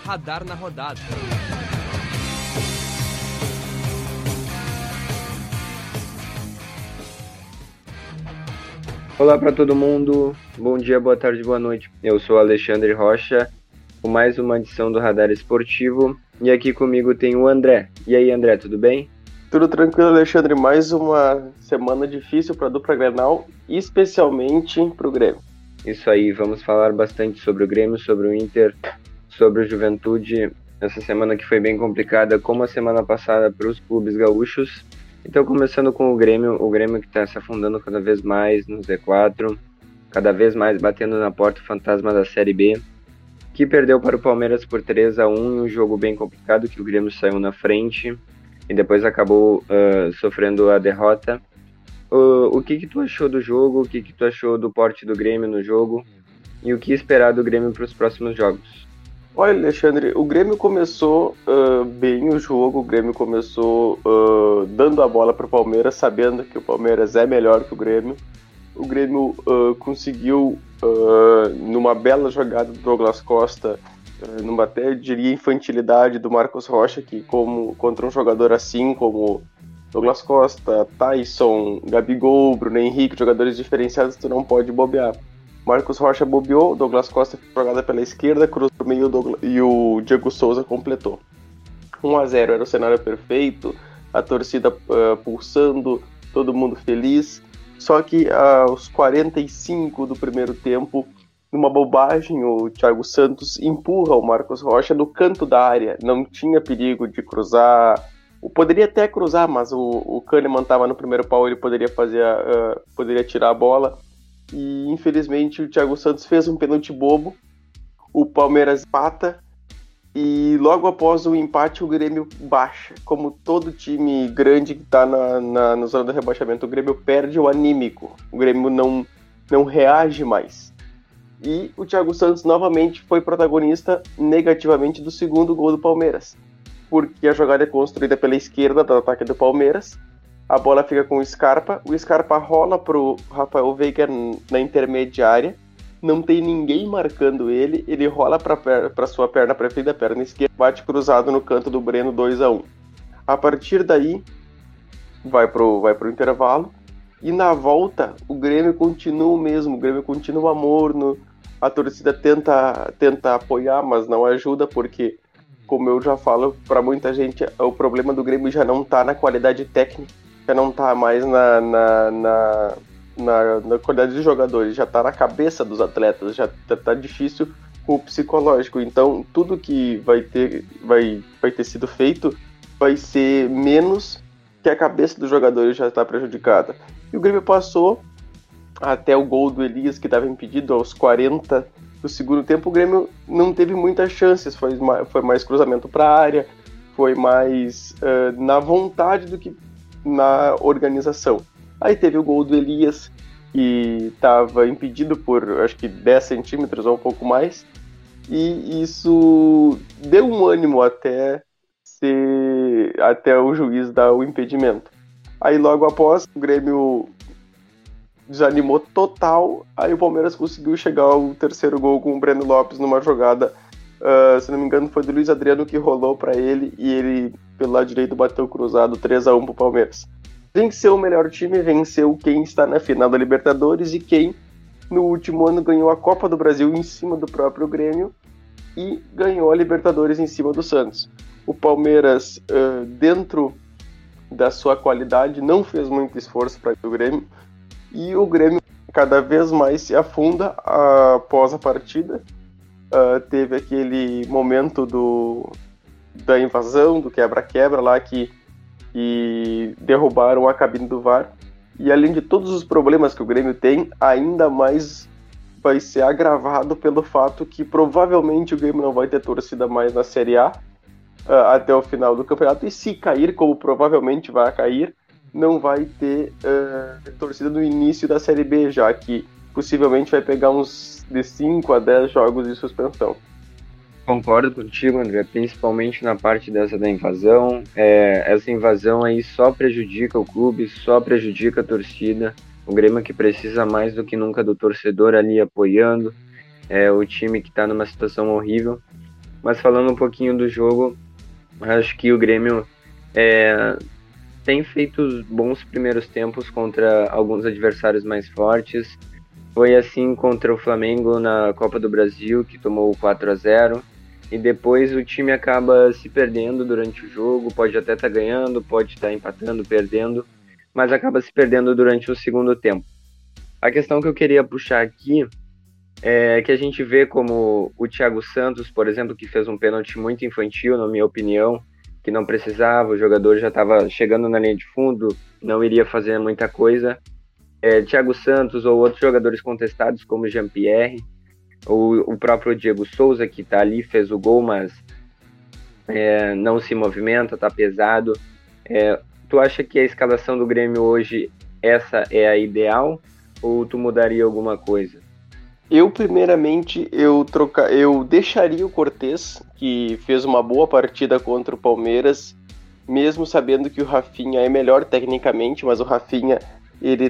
Radar na Rodada. Olá para todo mundo, bom dia, boa tarde, boa noite. Eu sou Alexandre Rocha, com mais uma edição do Radar Esportivo, e aqui comigo tem o André. E aí, André, tudo bem? Tudo tranquilo, Alexandre. Mais uma semana difícil para a dupla Grenal, especialmente para o Grêmio. Isso aí, vamos falar bastante sobre o Grêmio, sobre o Inter, sobre o Juventude. Essa semana que foi bem complicada, como a semana passada para os clubes gaúchos. Então, começando com o Grêmio que está se afundando cada vez mais no Z4, cada vez mais batendo na porta o fantasma da Série B, que perdeu para o Palmeiras por 3-1 em um jogo bem complicado, que o Grêmio saiu na frente e depois acabou sofrendo a derrota. O que tu achou do jogo? O que tu achou do porte do Grêmio no jogo? E o que esperar do Grêmio para os próximos jogos? Olha, Alexandre, o Grêmio começou bem o jogo, o Grêmio começou dando a bola para o Palmeiras, sabendo que o Palmeiras é melhor que o Grêmio. O Grêmio conseguiu, numa bela jogada do Douglas Costa, numa até diria infantilidade do Marcos Rocha, que contra um jogador assim como Douglas Costa, Tyson, Gabigol, Bruno Henrique, jogadores diferenciados, tu não pode bobear. Marcos Rocha bobeou, Douglas Costa foi jogada pela esquerda, cruzou pro meio e o Diego Souza completou. 1-0 era o cenário perfeito, a torcida pulsando, todo mundo feliz. Só que aos 45 do primeiro tempo, numa bobagem, o Thiago Santos empurra o Marcos Rocha no canto da área. Não tinha perigo de cruzar. Poderia até cruzar, mas o Kahneman estava no primeiro pau, ele poderia tirar a bola. E infelizmente o Thiago Santos fez um pênalti bobo, o Palmeiras empata e logo após o empate o Grêmio baixa. Como todo time grande que está na zona do rebaixamento, o Grêmio perde o anímico, o Grêmio não reage mais. E o Thiago Santos novamente foi protagonista negativamente do segundo gol do Palmeiras, porque a jogada é construída pela esquerda do ataque do Palmeiras. A bola fica com o Scarpa rola pro Rafael Veiga na intermediária, não tem ninguém marcando ele rola para sua perna preferida, a perna esquerda, bate cruzado no canto do Breno, 2-1. A partir daí, vai pro intervalo, e na volta, o Grêmio continua o mesmo, o Grêmio continua morno, a torcida tenta apoiar, mas não ajuda, porque, como eu já falo para muita gente, o problema do Grêmio já não está na qualidade técnica, já não tá mais na qualidade dos jogadores, já tá na cabeça dos atletas, já tá difícil com o psicológico. Então, tudo que vai ter sido feito vai ser menos que a cabeça dos jogadores já está prejudicada. E o Grêmio passou até o gol do Elias, que estava impedido aos 40 do segundo tempo. O Grêmio não teve muitas chances, foi mais cruzamento para a área, foi mais na vontade do que na organização. Aí teve o gol do Elias, que estava impedido por acho que 10 centímetros ou um pouco mais, e isso deu um ânimo até o juiz dar o impedimento. Aí logo após o Grêmio desanimou total, aí o Palmeiras conseguiu chegar ao terceiro gol com o Breno Lopes numa jogada, se não me engano foi do Luiz Adriano que rolou para ele, e ele pelo lado direito bateu cruzado, 3-1 pro Palmeiras. Venceu o melhor time, venceu quem está na final da Libertadores e quem no último ano ganhou a Copa do Brasil em cima do próprio Grêmio e ganhou a Libertadores em cima do Santos. O Palmeiras, dentro da sua qualidade, não fez muito esforço para o Grêmio, e o Grêmio cada vez mais se afunda após a partida. Teve aquele momento da invasão, do quebra-quebra lá que derrubaram a cabine do VAR, e além de todos os problemas que o Grêmio tem, ainda mais vai ser agravado pelo fato que provavelmente o Grêmio não vai ter torcida mais na Série A até o final do campeonato, e se cair, como provavelmente vai cair, não vai ter torcida no início da Série B, já que possivelmente vai pegar uns de 5 a 10 jogos de suspensão. Concordo contigo, André, principalmente na parte dessa da invasão. Essa invasão aí só prejudica o clube, só prejudica a torcida. O Grêmio que precisa mais do que nunca do torcedor ali apoiando. O time que está numa situação horrível. Mas falando um pouquinho do jogo, acho que o Grêmio tem feito bons primeiros tempos contra alguns adversários mais fortes. Foi assim contra o Flamengo na Copa do Brasil, que tomou 4-0. E depois o time acaba se perdendo durante o jogo, pode até estar ganhando, pode estar empatando, perdendo, mas acaba se perdendo durante o segundo tempo. A questão que eu queria puxar aqui é que a gente vê como o Thiago Santos, por exemplo, que fez um pênalti muito infantil, na minha opinião, que não precisava, o jogador já estava chegando na linha de fundo, não iria fazer muita coisa. Thiago Santos ou outros jogadores contestados, como Jean-Pierre, o próprio Diego Souza, que está ali, fez o gol, mas não se movimenta, está pesado. Tu acha que a escalação do Grêmio hoje, essa é a ideal? Ou tu mudaria alguma coisa? Primeiramente, eu deixaria o Cortez, que fez uma boa partida contra o Palmeiras, mesmo sabendo que o Rafinha é melhor tecnicamente, mas o Rafinha ele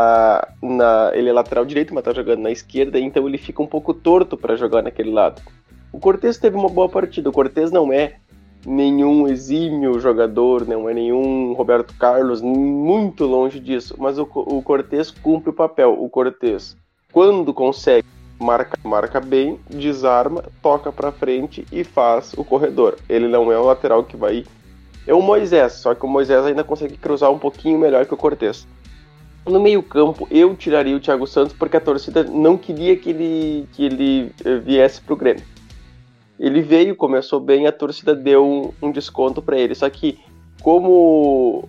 é lateral direito, mas tá jogando na esquerda, então ele fica um pouco torto para jogar naquele lado. O Cortez teve uma boa partida. O Cortez não é nenhum exímio jogador, não é nenhum Roberto Carlos, muito longe disso, mas o Cortez cumpre o papel. O Cortez, quando consegue, marca bem, desarma, toca para frente e faz o corredor. Ele não é um lateral que vai... É o Moisés, só que o Moisés ainda consegue cruzar um pouquinho melhor que o Cortez. No meio-campo, eu tiraria o Thiago Santos porque a torcida não queria que ele viesse pro Grêmio. Ele veio, começou bem, a torcida deu um desconto para ele. Só que como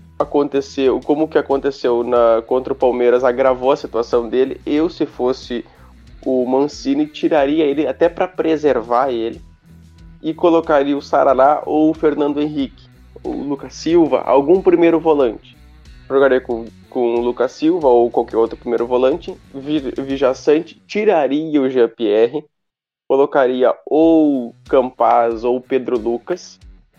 o que aconteceu contra o Palmeiras agravou a situação dele, se fosse o Mancini, tiraria ele até para preservar ele e colocaria o Sarará ou o Fernando Henrique, o Lucas Silva, algum primeiro volante. Jogaria com o Lucas Silva ou qualquer outro primeiro volante, Vijaçante, tiraria o Jean-Pierre, colocaria ou Campaz ou Pedro Lucas.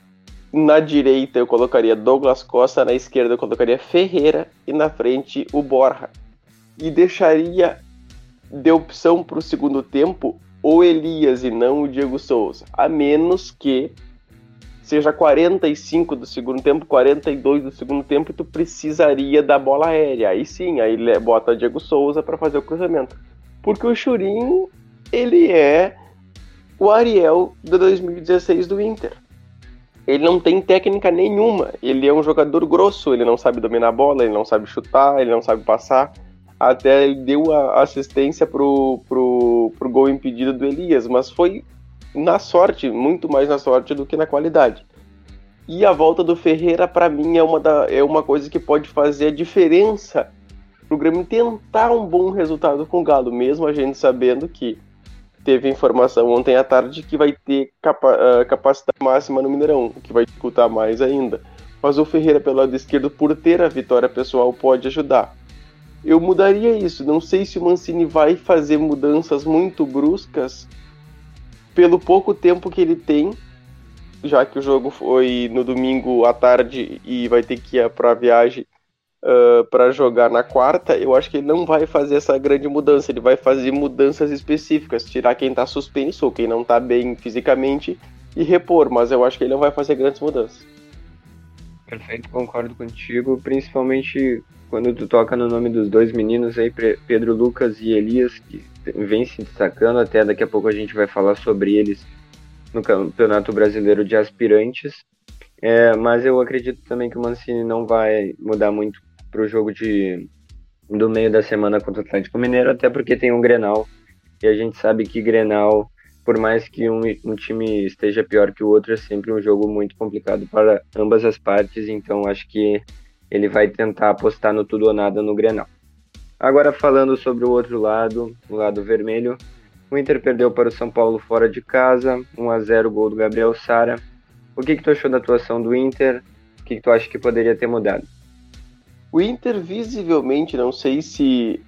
Na direita eu colocaria Douglas Costa, na esquerda eu colocaria Ferreira e na frente o Borja. E deixaria de opção para o segundo tempo o Elias e não o Diego Souza, a menos que seja 45 do segundo tempo, 42 do segundo tempo, e tu precisaria da bola aérea. Aí sim, aí bota Diego Souza para fazer o cruzamento. Porque o Churin, ele é o Ariel de 2016 do Inter. Ele não tem técnica nenhuma. Ele é um jogador grosso, ele não sabe dominar a bola, ele não sabe chutar, ele não sabe passar. Até ele deu a assistência pro gol impedido do Elias, mas foi na sorte, muito mais na sorte do que na qualidade. E a volta do Ferreira, para mim, é uma coisa que pode fazer a diferença pro Grêmio tentar um bom resultado com o Galo, mesmo a gente sabendo que teve informação ontem à tarde que vai ter capacidade máxima no Mineirão, o que vai dificultar mais ainda. Mas o Ferreira pelo lado esquerdo, por ter a vitória pessoal, pode ajudar. Eu mudaria isso. Não sei se o Mancini vai fazer mudanças muito bruscas pelo pouco tempo que ele tem, já que o jogo foi no domingo à tarde e vai ter que ir para a viagem para jogar na quarta. Eu acho que ele não vai fazer essa grande mudança. Ele vai fazer mudanças específicas, tirar quem está suspenso ou quem não está bem fisicamente e repor, mas eu acho que ele não vai fazer grandes mudanças. Perfeito, concordo contigo, principalmente quando tu toca no nome dos dois meninos aí, Pedro Lucas e Elias, que vem se destacando, até daqui a pouco a gente vai falar sobre eles no Campeonato Brasileiro de Aspirantes, mas eu acredito também que o Mancini não vai mudar muito para o jogo do meio da semana contra o Atlético Mineiro, até porque tem um Grenal, e a gente sabe que Grenal, por mais que um time esteja pior que o outro, é sempre um jogo muito complicado para ambas as partes, então acho que ele vai tentar apostar no tudo ou nada no Grenal. Agora falando sobre o outro lado, o lado vermelho, o Inter perdeu para o São Paulo fora de casa, 1-0 gol do Gabriel Sara. O que tu achou da atuação do Inter? O que tu acha que poderia ter mudado? O Inter visivelmente, não sei se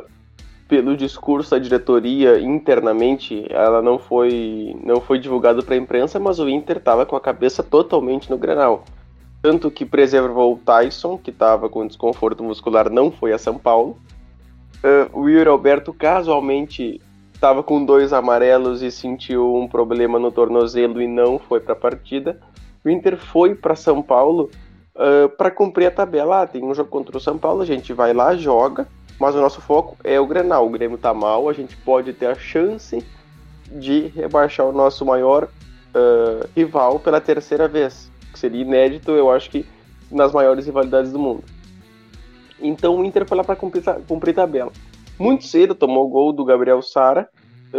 pelo discurso da diretoria internamente, ela não foi divulgado para a imprensa, mas o Inter estava com a cabeça totalmente no Grenal. Tanto que preservou o Tyson, que estava com desconforto muscular, não foi a São Paulo. O Yuri Alberto casualmente estava com 2 amarelos e sentiu um problema no tornozelo e não foi para a partida. O Inter foi para São Paulo para cumprir a tabela. Tem um jogo contra o São Paulo, a gente vai lá, joga, mas o nosso foco é o Grenal. O Grêmio tá mal, a gente pode ter a chance de rebaixar o nosso maior rival pela 3ª vez, que seria inédito, eu acho que nas maiores rivalidades do mundo. Então o Inter foi lá para cumprir tabela. Muito cedo tomou o gol do Gabriel Sara,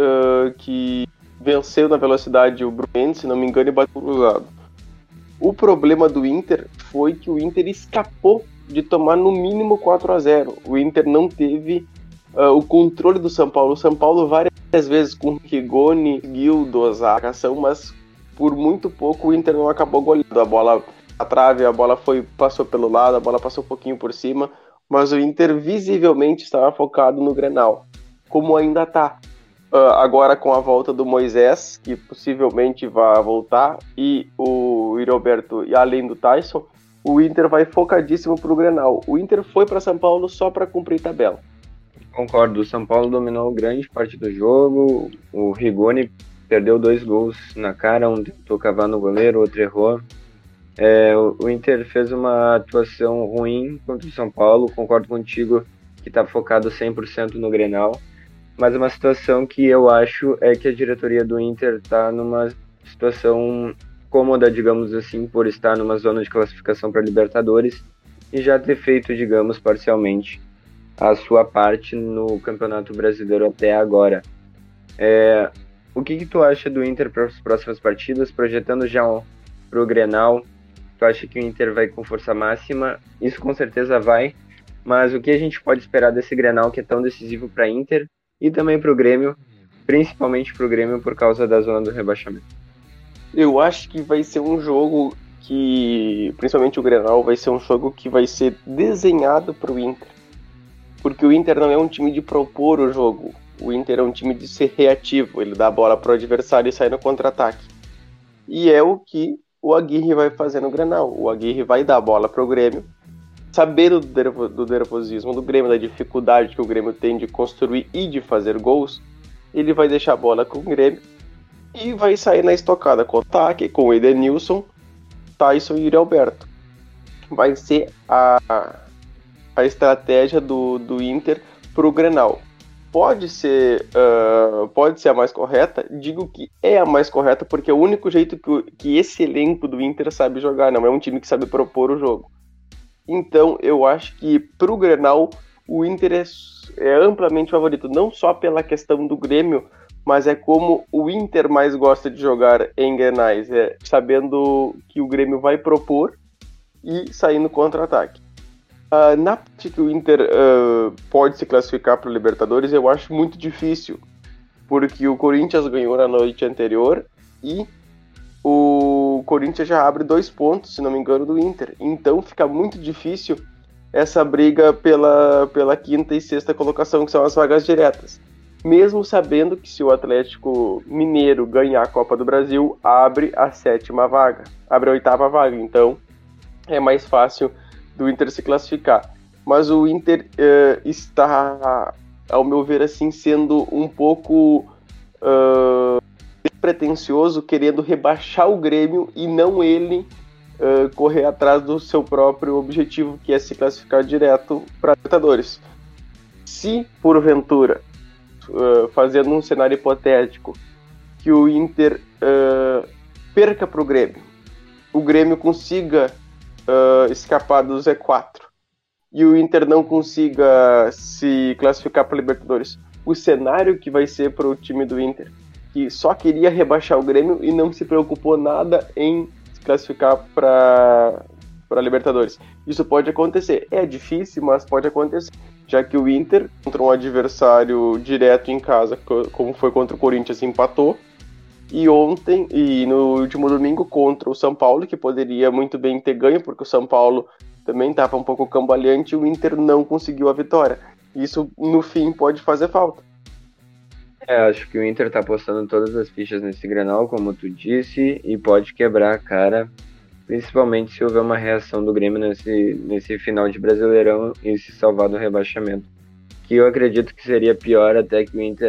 que venceu na velocidade o Bruno, se não me engano, e bateu cruzado. O problema do Inter foi que o Inter escapou de tomar no mínimo 4-0. O Inter não teve o controle do São Paulo. O São Paulo várias vezes com Rigoni, Guildo, Zacação, mas por muito pouco o Inter não acabou goleando. A bola na trave, a bola passou pelo lado, a bola passou um pouquinho por cima, mas o Inter visivelmente estava focado no Grenal, como ainda está. Agora com a volta do Moisés, que possivelmente vai voltar, e o Roberto, e além do Tyson, o Inter vai focadíssimo para o Grenal. O Inter foi para São Paulo só para cumprir tabela. Concordo, o São Paulo dominou grande parte do jogo, o Rigoni perdeu 2 gols na cara, um tentou cavar no goleiro, outro errou. O Inter fez uma atuação ruim contra o São Paulo, concordo contigo que está focado 100% no Grenal, mas uma situação que eu acho é que a diretoria do Inter está numa situação cômoda, digamos assim, por estar numa zona de classificação para Libertadores e já ter feito, digamos, parcialmente a sua parte no Campeonato Brasileiro até agora. O que tu acha do Inter para as próximas partidas, projetando já para o Grenal? Tu acha que o Inter vai com força máxima? Isso com certeza vai, mas o que a gente pode esperar desse Grenal que é tão decisivo para a Inter e também para o Grêmio, principalmente para o Grêmio por causa da zona do rebaixamento? Eu acho que vai ser um jogo que, principalmente o Grenal, vai ser um jogo que vai ser desenhado para o Inter. Porque o Inter não é um time de propor o jogo. O Inter é um time de ser reativo. Ele dá a bola para o adversário e sai no contra-ataque. E é o que o Aguirre vai fazer no Grenal. O Aguirre vai dar a bola para o Grêmio, sabendo do nervosismo do Grêmio, da dificuldade que o Grêmio tem de construir e de fazer gols. Ele vai deixar a bola com o Grêmio e vai sair na estocada com o ataque, com o Edenilson, Tyson e Yuri Alberto. Vai ser a estratégia do Inter para o Grenal. Pode ser a mais correta, digo que é a mais correta porque é o único jeito que esse elenco do Inter sabe jogar, não é um time que sabe propor o jogo. Então eu acho que para o Grenal o Inter é amplamente favorito, não só pela questão do Grêmio, mas é como o Inter mais gosta de jogar em Grenais, sabendo que o Grêmio vai propor e sair no contra-ataque. Na parte que o Inter pode se classificar para o Libertadores, eu acho muito difícil, porque o Corinthians ganhou na noite anterior e o Corinthians já abre 2 pontos, se não me engano, do Inter. Então fica muito difícil essa briga pela 5ª e 6ª colocação, que são as vagas diretas. Mesmo sabendo que se o Atlético Mineiro ganhar a Copa do Brasil, abre a 7ª vaga, abre a 8ª vaga. Então é mais fácil do Inter se classificar. Mas o Inter está, ao meu ver, assim, sendo um pouco pretensioso, querendo rebaixar o Grêmio e não ele correr atrás do seu próprio objetivo, que é se classificar direto para a Libertadores. Se, porventura, fazendo um cenário hipotético, que o Inter perca para o Grêmio consiga escapar do Z4 e o Inter não consiga se classificar para a Libertadores, o cenário que vai ser para o time do Inter, que só queria rebaixar o Grêmio e não se preocupou nada em se classificar para a Libertadores. Isso pode acontecer, é difícil, mas pode acontecer, já que o Inter, contra um adversário direto em casa, como foi contra o Corinthians, empatou. E ontem, e no último domingo, contra o São Paulo, que poderia muito bem ter ganho, porque o São Paulo também estava um pouco cambaleante e o Inter não conseguiu a vitória. Isso, no fim, pode fazer falta. Acho que o Inter está apostando todas as fichas nesse Grenal, como tu disse, e pode quebrar a cara, principalmente se houver uma reação do Grêmio nesse final de Brasileirão e se salvar do rebaixamento. Que eu acredito que seria pior até que o Inter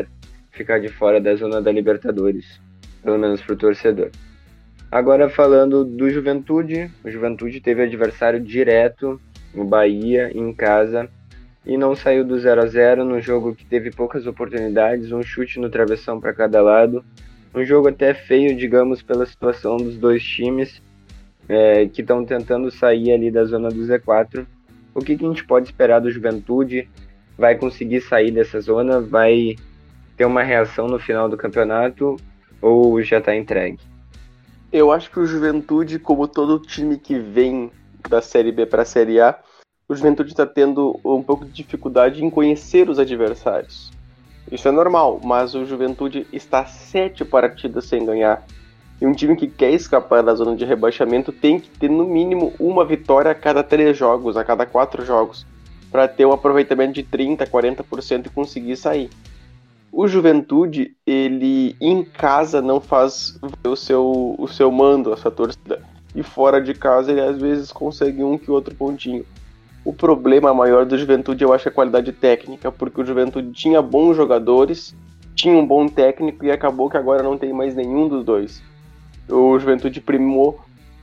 ficar de fora da zona da Libertadores, pelo menos para o torcedor. Agora falando do Juventude, o Juventude teve adversário direto no Bahia, em casa, e não saiu do 0-0 no jogo que teve poucas oportunidades, um chute no travessão para cada lado, um jogo até feio, digamos, pela situação dos dois times que estão tentando sair ali da zona do Z4. O que a gente pode esperar do Juventude? Vai conseguir sair dessa zona? Vai ter uma reação no final do campeonato ou já está entregue? Eu acho que o Juventude, como todo time que vem da Série B para a Série A, o Juventude está tendo um pouco de dificuldade em conhecer os adversários. Isso é normal, mas o Juventude está 7 partidas sem ganhar. E um time que quer escapar da zona de rebaixamento tem que ter no mínimo uma vitória a cada 3 jogos, a cada 4 jogos, para ter um aproveitamento de 30%, 40% e conseguir sair. O Juventude, ele em casa não faz o seu mando, a sua torcida. E fora de casa ele às vezes consegue um que outro pontinho. O problema maior do Juventude eu acho a qualidade técnica, porque o Juventude tinha bons jogadores, tinha um bom técnico e acabou que agora não tem mais nenhum dos dois. O Juventude primou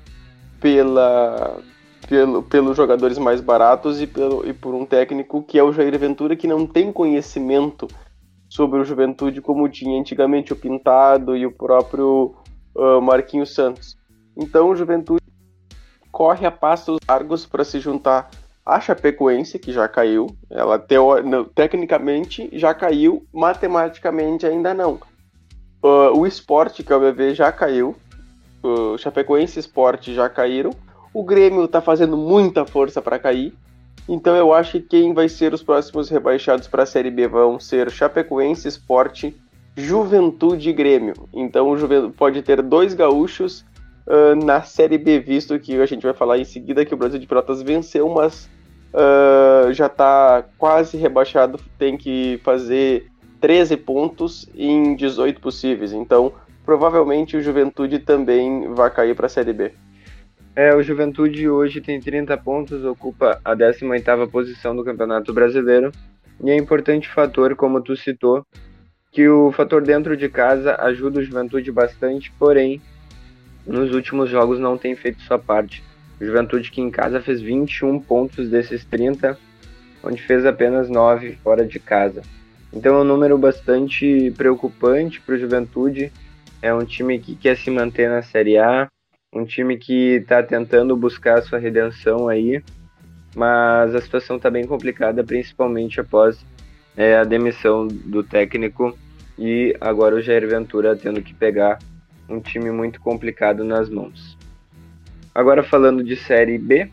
pelos jogadores mais baratos e por um técnico que é o Jair Ventura, que não tem conhecimento sobre o Juventude como tinha antigamente o Pintado e o próprio Marquinhos Santos. Então o Juventude corre a passos largos para se juntar à Chapecoense, que já caiu. Ela tecnicamente já caiu, matematicamente ainda não. O Sport, que é o BV, já caiu. O Chapecoense e Sport já caíram. O Grêmio está fazendo muita força para cair. Então eu acho que quem vai ser os próximos rebaixados para a Série B vão ser Chapecoense, Sport, Juventude e Grêmio. Então o Juventude pode ter 2 gaúchos na Série B, visto que a gente vai falar em seguida que o Brasil de Pelotas venceu, mas já está quase rebaixado, tem que fazer 13 pontos em 18 possíveis. Então provavelmente o Juventude também vai cair para a Série B. O Juventude hoje tem 30 pontos, ocupa a 18ª posição do Campeonato Brasileiro. E é importante fator, como tu citou, que o fator dentro de casa ajuda o Juventude bastante, porém, nos últimos jogos não tem feito sua parte. O Juventude que em casa fez 21 pontos desses 30, onde fez apenas 9 fora de casa. Então é um número bastante preocupante para o Juventude. É um time que quer se manter na Série A, um time que está tentando buscar a sua redenção aí, mas a situação está bem complicada, principalmente após a demissão do técnico e agora o Jair Ventura tendo que pegar um time muito complicado nas mãos. Agora falando de Série B,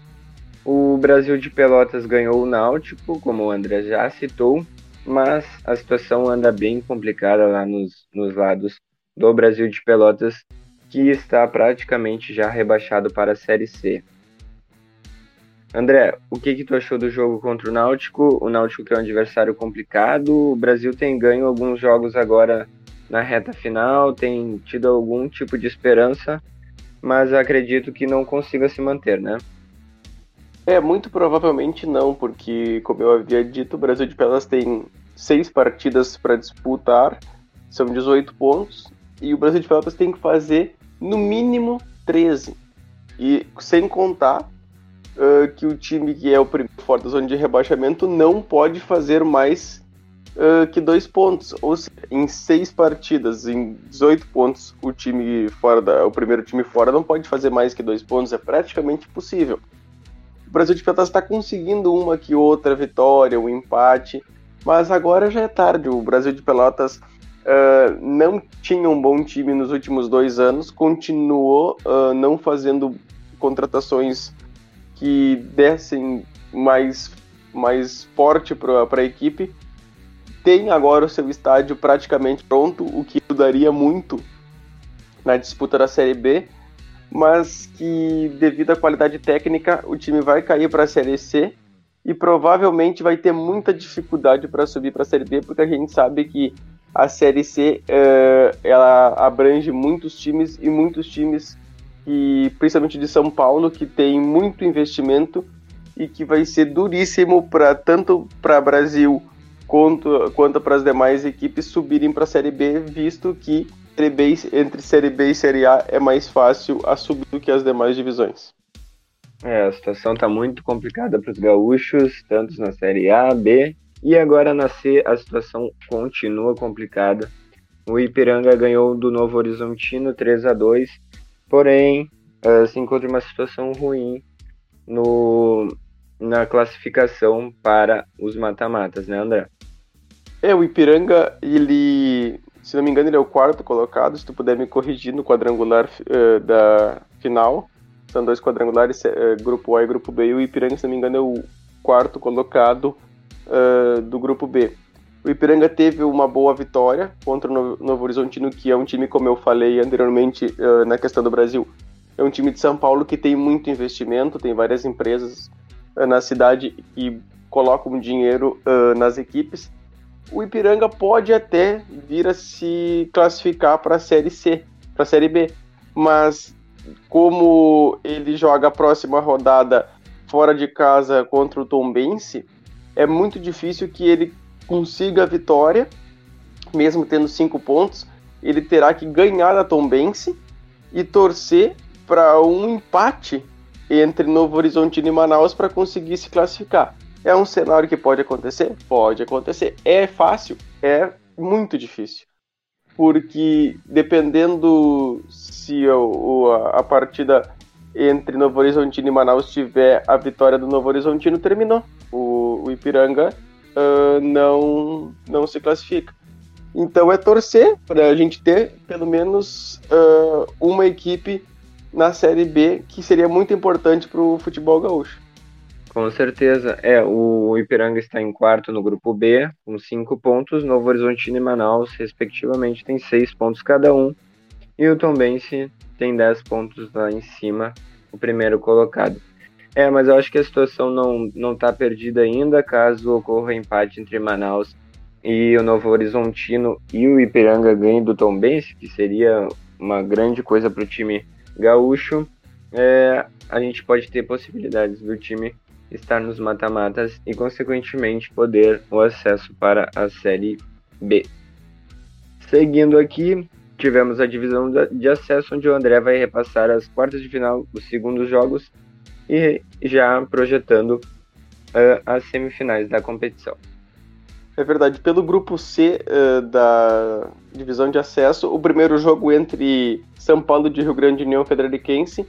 o Brasil de Pelotas ganhou o Náutico, como o André já citou, mas a situação anda bem complicada lá nos lados do Brasil de Pelotas, que está praticamente já rebaixado para a Série C. André, o que tu achou do jogo contra o Náutico? O Náutico que é um adversário complicado, o Brasil tem ganho alguns jogos agora na reta final, tem tido algum tipo de esperança, mas acredito que não consiga se manter, né? Muito provavelmente não, porque, como eu havia dito, o Brasil de Pelotas tem 6 partidas para disputar, são 18 pontos, e o Brasil de Pelotas tem que fazer no mínimo 13. E sem contar que o time que é o primeiro fora da zona de rebaixamento não pode fazer mais que 2 pontos. Ou seja, em 6 partidas, em 18 pontos, o primeiro time fora não pode fazer mais que 2 pontos. É praticamente impossível. O Brasil de Pelotas está conseguindo uma que outra vitória, um empate, mas agora já é tarde. O Brasil de Pelotas não tinha um bom time nos últimos 2 anos, continuou não fazendo contratações que dessem mais forte para a equipe. Tem agora o seu estádio praticamente pronto, o que ajudaria muito na disputa da Série B, mas que devido à qualidade técnica o time vai cair para a Série C e provavelmente vai ter muita dificuldade para subir para a Série B, porque a gente sabe que a Série C ela abrange muitos times, e principalmente de São Paulo, que tem muito investimento e que vai ser duríssimo tanto para Brasil quanto para as demais equipes subirem para a Série B, visto que entre Série B e Série A é mais fácil a subir do que as demais divisões. A situação está muito complicada para os gaúchos, tanto na Série A, B e agora na C a situação continua complicada. O Ipiranga ganhou do Novo Horizontino 3-2, porém se encontra uma situação ruim na classificação para os mata-matas, né, André? O Ipiranga, ele, se não me engano, ele é o 4º colocado, se tu puder me corrigir no quadrangular da final. São 2 quadrangulares, grupo A e grupo B, e o Ipiranga, se não me engano, é o 4º colocado do grupo B. O Ipiranga teve uma boa vitória contra o Novo Horizontino, que é um time, como eu falei anteriormente na questão do Brasil, é um time de São Paulo que tem muito investimento, tem várias empresas na cidade que colocam dinheiro nas equipes. O Ipiranga pode até vir a se classificar para a Série C, para a Série B, mas como ele joga a próxima rodada fora de casa contra o Tombense, é muito difícil que ele consiga a vitória, mesmo tendo 5 pontos. Ele terá que ganhar da Tombense e torcer para um empate entre Novo Horizontino e Manaus para conseguir se classificar. É um cenário que pode acontecer? Pode acontecer. É fácil? É muito difícil. Porque dependendo se a partida entre Novo Horizontino e Manaus tiver a vitória do Novo Horizontino, terminou. O Ipiranga não se classifica. Então é torcer para a gente ter pelo menos uma equipe na Série B, que seria muito importante para o futebol gaúcho. Com certeza. O Ipiranga está em 4º no grupo B, com 5 pontos. Novo Horizontino e Manaus, respectivamente, tem 6 pontos cada um. E o Tombense tem 10 pontos lá em cima, o primeiro colocado. Mas eu acho que a situação não está perdida ainda, caso ocorra empate entre Manaus e o Novo Horizontino e o Ipiranga ganhe do Tombense, que seria uma grande coisa para o time gaúcho. A gente pode ter possibilidades do time estar nos mata-matas e, consequentemente, poder o acesso para a Série B. Seguindo aqui, tivemos a divisão de acesso, onde o André vai repassar as quartas de final, os segundos jogos, e já projetando as semifinais da competição. É verdade, pelo grupo C da divisão de acesso, o primeiro jogo entre São Paulo de Rio Grande e União Frederiquense,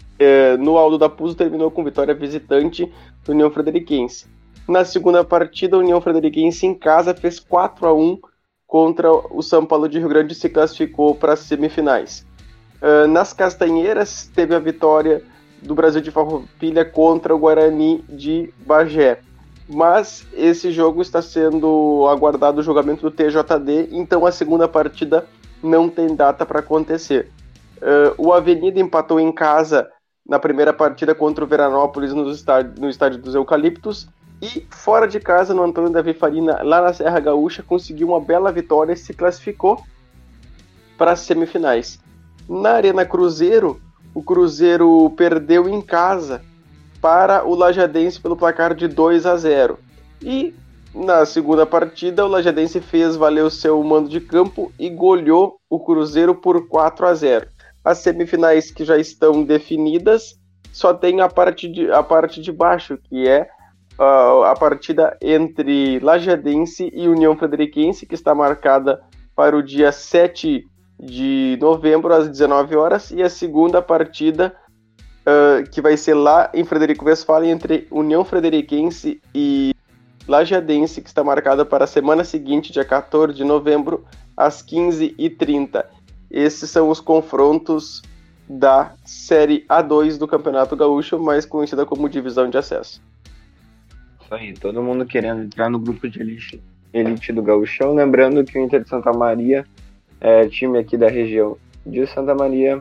no Aldo da Puzo, terminou com vitória visitante do União Frederiquense. Na segunda partida, a União Frederiquense em casa fez 4-1 contra o São Paulo de Rio Grande e se classificou para as semifinais. Nas Castanheiras, teve a vitória do Brasil de Farroupilha contra o Guarani de Bagé. Mas esse jogo está sendo aguardado o julgamento do TJD, então a segunda partida não tem data para acontecer. O Avenida empatou em casa na primeira partida contra o Veranópolis no estádio dos Eucaliptos, e fora de casa, no Antônio Davi Farina, lá na Serra Gaúcha, conseguiu uma bela vitória e se classificou para as semifinais. Na Arena Cruzeiro, o Cruzeiro perdeu em casa para o Lajadense pelo placar de 2-0. E na segunda partida, o Lajadense fez valer o seu mando de campo e goleou o Cruzeiro por 4-0. As semifinais que já estão definidas, só tem a parte de baixo, que é a partida entre Lajadense e União Frederiquense, que está marcada para o dia 7 de novembro, às 19 horas, e a segunda partida, que vai ser lá em Frederico Westphalen, entre União Frederiquense e Lajadense, que está marcada para a semana seguinte, dia 14 de novembro, às 15h30. Esses são os confrontos da Série A2 do Campeonato Gaúcho, mais conhecida como Divisão de Acesso. Isso aí, todo mundo querendo entrar no grupo de elite do Gaúchão. Lembrando que o Inter de Santa Maria, time aqui da região de Santa Maria,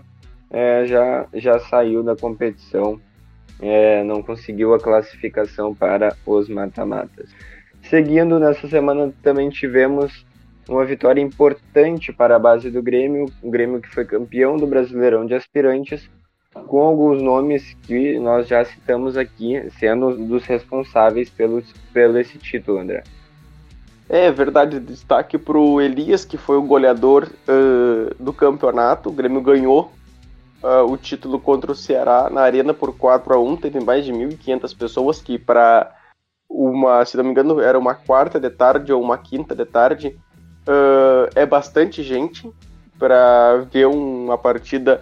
já saiu da competição, não conseguiu a classificação para os mata-matas. Seguindo, nessa semana também tivemos uma vitória importante para a base do Grêmio, o Grêmio que foi campeão do Brasileirão de Aspirantes, com alguns nomes que nós já citamos aqui, sendo dos responsáveis pelo esse título, André. É verdade, destaque para o Elias, que foi o goleador do campeonato. O Grêmio ganhou o título contra o Ceará na Arena por 4-1. Teve mais de 1.500 pessoas, que para se não me engano, era uma quarta de tarde ou uma quinta de tarde. É bastante gente para ver uma partida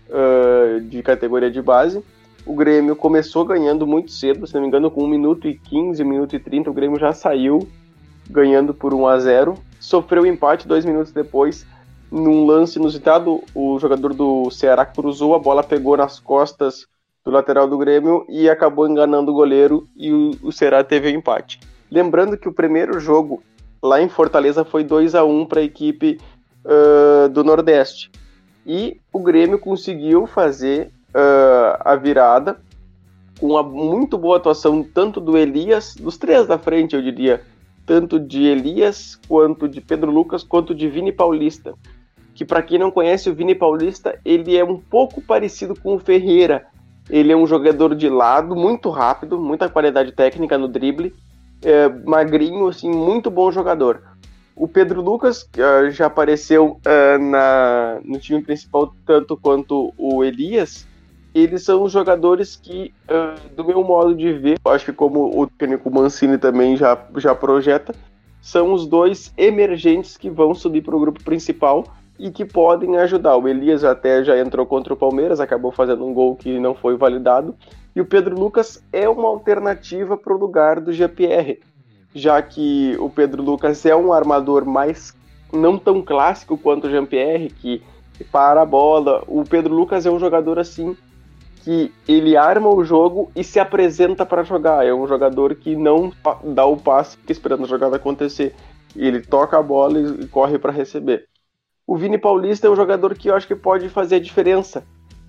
de categoria de base. O Grêmio começou ganhando muito cedo, se não me engano, com 1 minuto e 15, 1 minuto e 30, o Grêmio já saiu ganhando por 1-0, sofreu empate 2 minutos depois, num lance inusitado, o jogador do Ceará cruzou, a bola pegou nas costas do lateral do Grêmio e acabou enganando o goleiro e o Ceará teve o empate. Lembrando que o primeiro jogo lá em Fortaleza foi 2-1 para a equipe do Nordeste. E o Grêmio conseguiu fazer a virada com uma muito boa atuação tanto do Elias, dos três da frente, eu diria, tanto de Elias, quanto de Pedro Lucas, quanto de Vini Paulista. Que para quem não conhece o Vini Paulista, ele é um pouco parecido com o Ferreira. Ele é um jogador de lado, muito rápido, muita qualidade técnica no drible, magrinho, assim, muito bom jogador. O Pedro Lucas já apareceu no time principal tanto quanto o Elias. Eles são os jogadores que, do meu modo de ver, acho que como o técnico Mancini também já projeta, são os dois emergentes que vão subir para o grupo principal e que podem ajudar. O Elias até já entrou contra o Palmeiras, acabou fazendo um gol que não foi validado, e o Pedro Lucas é uma alternativa para o lugar do Jean-Pierre, já que o Pedro Lucas é um armador mais não tão clássico quanto o Jean-Pierre, que para a bola. O Pedro Lucas é um jogador assim que ele arma o jogo e se apresenta para jogar. É um jogador que não dá o passe esperando a jogada acontecer. Ele toca a bola e corre para receber. O Vini Paulista é um jogador que eu acho que pode fazer a diferença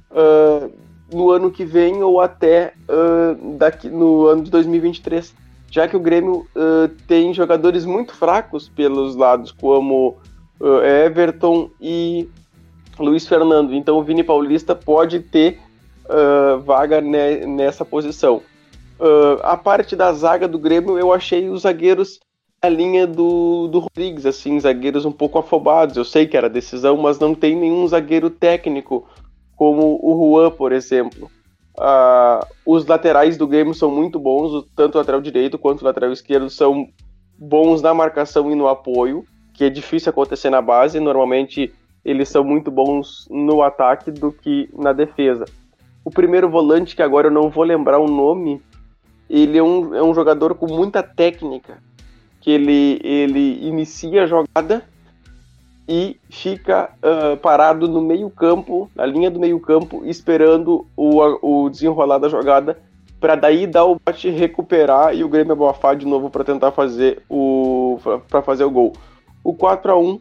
no ano que vem ou até no ano de 2023. Já que o Grêmio tem jogadores muito fracos pelos lados, como Everton e Luiz Fernando. Então o Vini Paulista pode ter vaga nessa posição. A parte da zaga do Grêmio, eu achei os zagueiros na linha do Rodrigues, assim, zagueiros um pouco afobados. Eu sei que era decisão, mas não tem nenhum zagueiro técnico, como o Juan, por exemplo. Os laterais do Grêmio são muito bons, tanto o lateral direito quanto o lateral esquerdo são bons na marcação e no apoio, que é difícil acontecer na base. Normalmente eles são muito bons no ataque do que na defesa. O primeiro volante, que agora eu não vou lembrar o nome, ele é um jogador com muita técnica, que ele inicia a jogada e fica parado no meio-campo, na linha do meio-campo, esperando o desenrolar da jogada, para daí dar o bote, recuperar e o Grêmio abafar de novo para tentar fazer o gol. O 4-1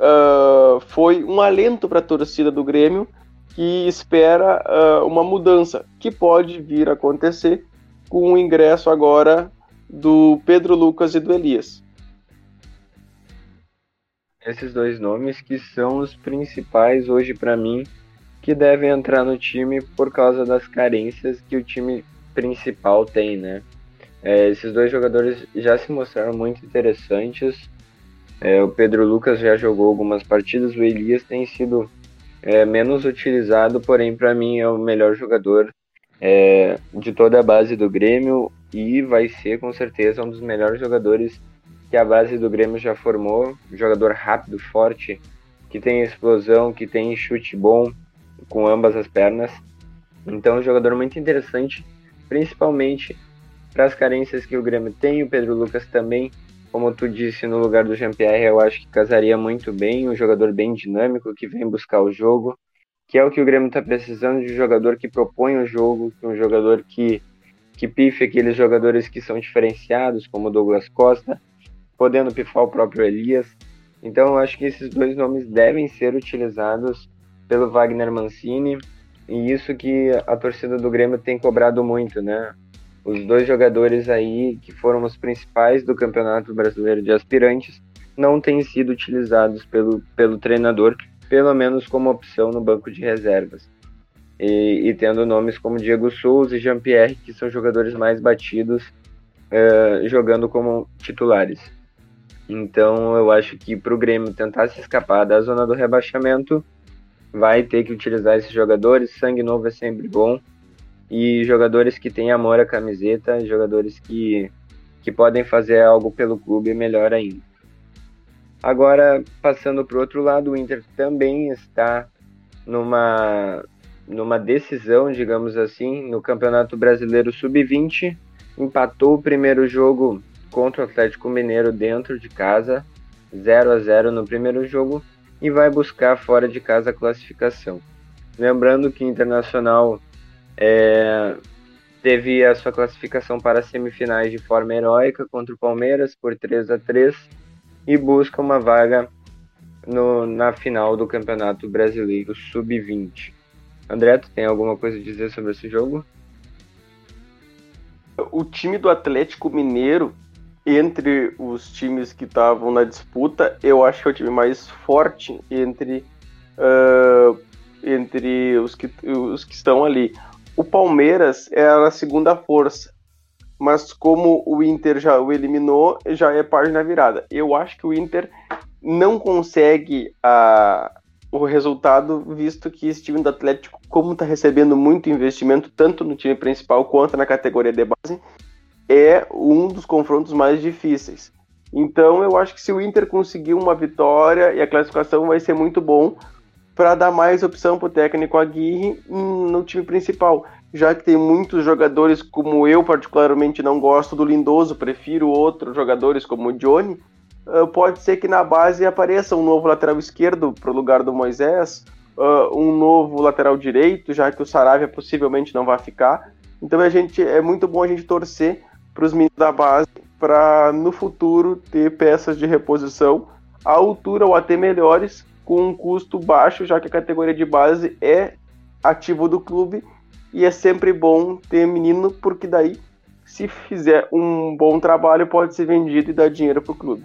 foi um alento para a torcida do Grêmio, que espera uma mudança, que pode vir a acontecer com o ingresso agora do Pedro Lucas e do Elias. Esses dois nomes que são os principais hoje para mim, que devem entrar no time por causa das carências que o time principal tem, né? Esses dois jogadores já se mostraram muito interessantes. O Pedro Lucas já jogou algumas partidas, o Elias tem sido menos utilizado, porém para mim é o melhor jogador de toda a base do Grêmio e vai ser com certeza um dos melhores jogadores que a base do Grêmio já formou. Jogador rápido, forte, que tem explosão, que tem chute bom com ambas as pernas. Então um jogador muito interessante, principalmente para as carências que o Grêmio tem. O Pedro Lucas também, como tu disse, no lugar do Jean-Pierre, eu acho que casaria muito bem, um jogador bem dinâmico, que vem buscar o jogo, que é o que o Grêmio está precisando, de um jogador que propõe o jogo, um jogador que pife aqueles jogadores que são diferenciados, como o Douglas Costa, podendo pifar o próprio Elias. Então eu acho que esses dois nomes devem ser utilizados pelo Wagner Mancini, e isso que a torcida do Grêmio tem cobrado muito, né? Os dois jogadores aí que foram os principais do Campeonato Brasileiro de Aspirantes não têm sido utilizados pelo treinador, pelo menos como opção no banco de reservas. E tendo nomes como Diego Souza e Jean-Pierre, que são jogadores mais batidos, jogando como titulares. Então eu acho que para o Grêmio tentar se escapar da zona do rebaixamento, vai ter que utilizar esses jogadores. Sangue novo é sempre bom. E jogadores que têm amor à camiseta, jogadores que podem fazer algo pelo clube, melhor ainda. Agora, passando para o outro lado, o Inter também está numa decisão, digamos assim, no Campeonato Brasileiro Sub-20. Empatou o primeiro jogo contra o Atlético Mineiro dentro de casa, 0-0 no primeiro jogo, e vai buscar fora de casa a classificação. Lembrando que o Internacional teve a sua classificação para as semifinais de forma heróica contra o Palmeiras por 3-3 e busca uma vaga na final do Campeonato Brasileiro Sub-20. André, tu tem alguma coisa a dizer sobre esse jogo? O time do Atlético Mineiro, entre os times que estavam na disputa, eu acho que é o time mais forte entre os que estão ali. O Palmeiras era a segunda força, mas como o Inter já o eliminou, já é página virada. Eu acho que o Inter não consegue o resultado, visto que esse time do Atlético, como está recebendo muito investimento, tanto no time principal quanto na categoria de base, é um dos confrontos mais difíceis. Então eu acho que se o Inter conseguir uma vitória e a classificação, vai ser muito bom para dar mais opção para o técnico Aguirre no time principal, já que tem muitos jogadores, como eu particularmente não gosto do Lindoso, prefiro outros jogadores como o Johnny. Pode ser que na base apareça um novo lateral esquerdo para o lugar do Moisés, um novo lateral direito, já que o Saravia possivelmente não vai ficar. Então é muito bom a gente torcer para os meninos da base para no futuro ter peças de reposição à altura ou até melhores, com um custo baixo, já que a categoria de base é ativo do clube e é sempre bom ter menino, porque daí, se fizer um bom trabalho, pode ser vendido e dar dinheiro para o clube.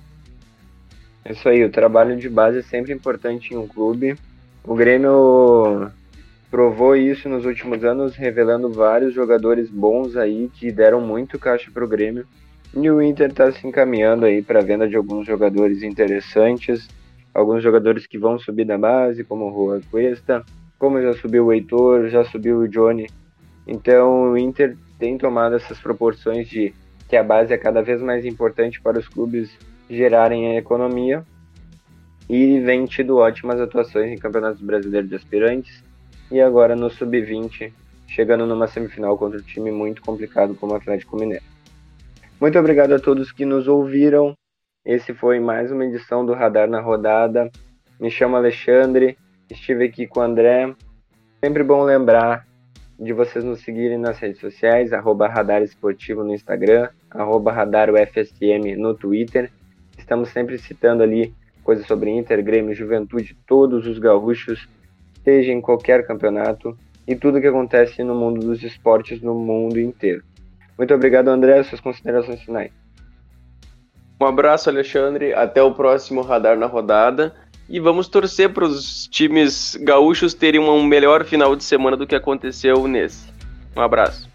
Isso aí, o trabalho de base é sempre importante em um clube. O Grêmio provou isso nos últimos anos, revelando vários jogadores bons aí que deram muito caixa para o Grêmio. E o Inter está se encaminhando aí para a venda de alguns jogadores interessantes, alguns jogadores que vão subir da base, como o Juan Cuesta, como já subiu o Heitor, já subiu o Johnny. Então o Inter tem tomado essas proporções de que a base é cada vez mais importante para os clubes gerarem a economia, e vem tido ótimas atuações em campeonatos brasileiros de aspirantes e agora no Sub-20, chegando numa semifinal contra um time muito complicado como o Atlético Mineiro. Muito obrigado a todos que nos ouviram. Esse foi mais uma edição do Radar na Rodada. Me chamo Alexandre, estive aqui com o André. Sempre bom lembrar de vocês nos seguirem nas redes sociais, @Radar Esportivo no Instagram, @RadarUFSM no Twitter. Estamos sempre citando ali coisas sobre Inter, Grêmio, Juventude, todos os gaúchos, seja em qualquer campeonato, e tudo que acontece no mundo dos esportes no mundo inteiro. Muito obrigado, André, suas considerações finais. Um abraço, Alexandre, até o próximo Radar na Rodada, e vamos torcer para os times gaúchos terem um melhor final de semana do que aconteceu nesse. Um abraço.